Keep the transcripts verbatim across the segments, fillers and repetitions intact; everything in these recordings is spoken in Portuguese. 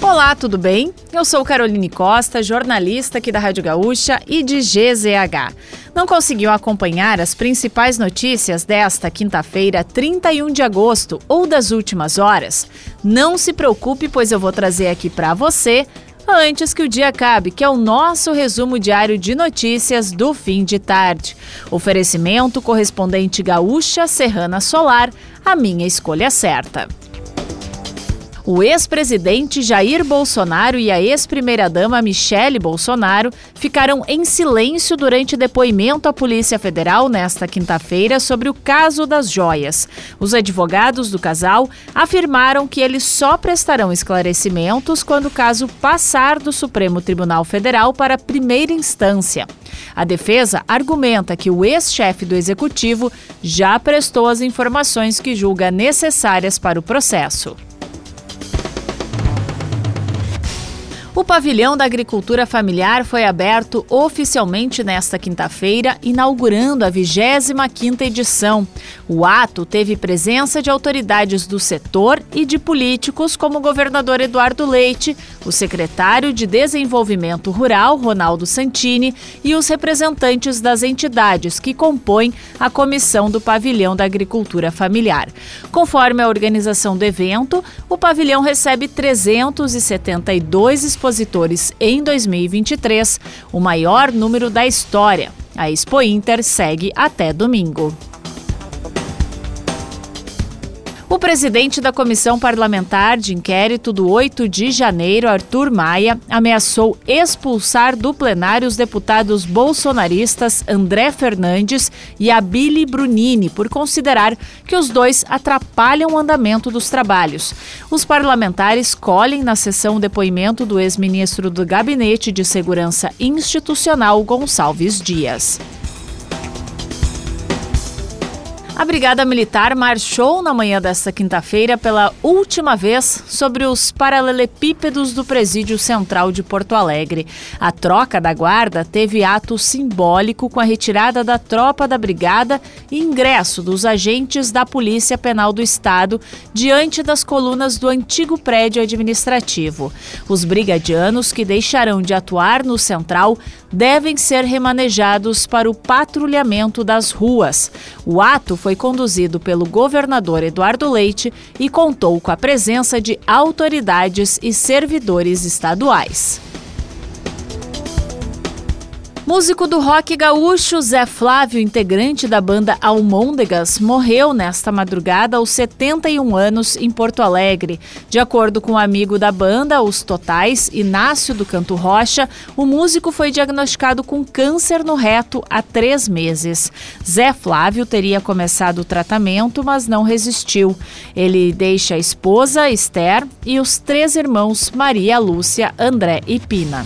Olá, tudo bem? Eu sou Caroline Costa, jornalista aqui da Rádio Gaúcha e de G Z H. Não conseguiu acompanhar as principais notícias desta quinta-feira, trinta e um de agosto, ou das últimas horas? Não se preocupe, pois eu vou trazer aqui para você antes que o dia acabe, que é o nosso resumo diário de notícias do fim de tarde. Oferecimento correspondente Gaúcha Serrana Solar, a minha escolha certa. O ex-presidente Jair Bolsonaro e a ex-primeira-dama Michele Bolsonaro ficaram em silêncio durante depoimento à Polícia Federal nesta quinta-feira sobre o caso das joias. Os advogados do casal afirmaram que eles só prestarão esclarecimentos quando o caso passar do Supremo Tribunal Federal para a primeira instância. A defesa argumenta que o ex-chefe do executivo já prestou as informações que julga necessárias para o processo. O pavilhão da agricultura familiar foi aberto oficialmente nesta quinta-feira, inaugurando a vigésima quinta edição. O ato teve presença de autoridades do setor e de políticos como o governador Eduardo Leite, o secretário de Desenvolvimento Rural, Ronaldo Santini, e os representantes das entidades que compõem a comissão do pavilhão da agricultura familiar. Conforme a organização do evento, o pavilhão recebe trezentos e setenta e dois expositores em dois mil e vinte e três, o maior número da história. A Expo Inter segue até domingo. O presidente da Comissão Parlamentar de Inquérito do oito de janeiro, Arthur Maia, ameaçou expulsar do plenário os deputados bolsonaristas André Fernandes e Abílio Brunini por considerar que os dois atrapalham o andamento dos trabalhos. Os parlamentares colhem na sessão o depoimento do ex-ministro do Gabinete de Segurança Institucional, Gonçalves Dias. A Brigada Militar marchou na manhã desta quinta-feira pela última vez sobre os paralelepípedos do Presídio Central de Porto Alegre. A troca da guarda teve ato simbólico com a retirada da tropa da Brigada e ingresso dos agentes da Polícia Penal do Estado diante das colunas do antigo prédio administrativo. Os brigadianos que deixarão de atuar no Central devem ser remanejados para o patrulhamento das ruas. O ato foi conduzido pelo governador Eduardo Leite e contou com a presença de autoridades e servidores estaduais. Músico do rock gaúcho Zé Flávio, integrante da banda Almôndegas, morreu nesta madrugada aos setenta e um anos em Porto Alegre. De acordo com o amigo da banda, Os Totais, Inácio do Canto Rocha, o músico foi diagnosticado com câncer no reto há três meses. Zé Flávio teria começado o tratamento, mas não resistiu. Ele deixa a esposa, Esther, e os três irmãos, Maria, Lúcia, André e Pina.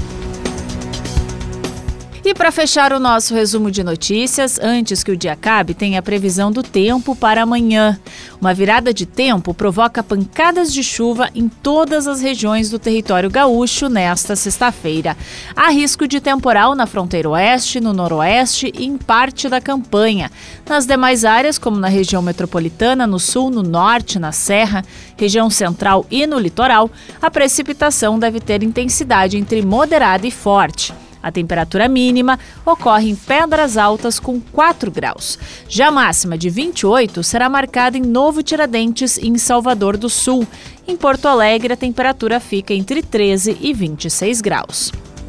E para fechar o nosso resumo de notícias, antes que o dia acabe, tem a previsão do tempo para amanhã. Uma virada de tempo provoca pancadas de chuva em todas as regiões do território gaúcho nesta sexta-feira. Há risco de temporal na fronteira oeste, no noroeste e em parte da campanha. Nas demais áreas, como na região metropolitana, no sul, no norte, na serra, região central e no litoral, a precipitação deve ter intensidade entre moderada e forte. A temperatura mínima ocorre em Pedras Altas com quatro graus. Já a máxima de vinte e oito será marcada em Novo Tiradentes e em Salvador do Sul. Em Porto Alegre, a temperatura fica entre treze e vinte e seis graus.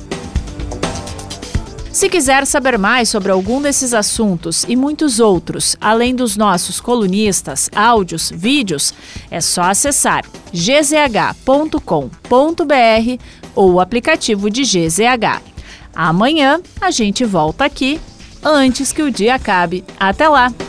Se quiser saber mais sobre algum desses assuntos e muitos outros, além dos nossos colunistas, áudios, vídeos, é só acessar g z h ponto com ponto b r ou o aplicativo de G Z H. Amanhã a gente volta aqui antes que o dia acabe. Até lá!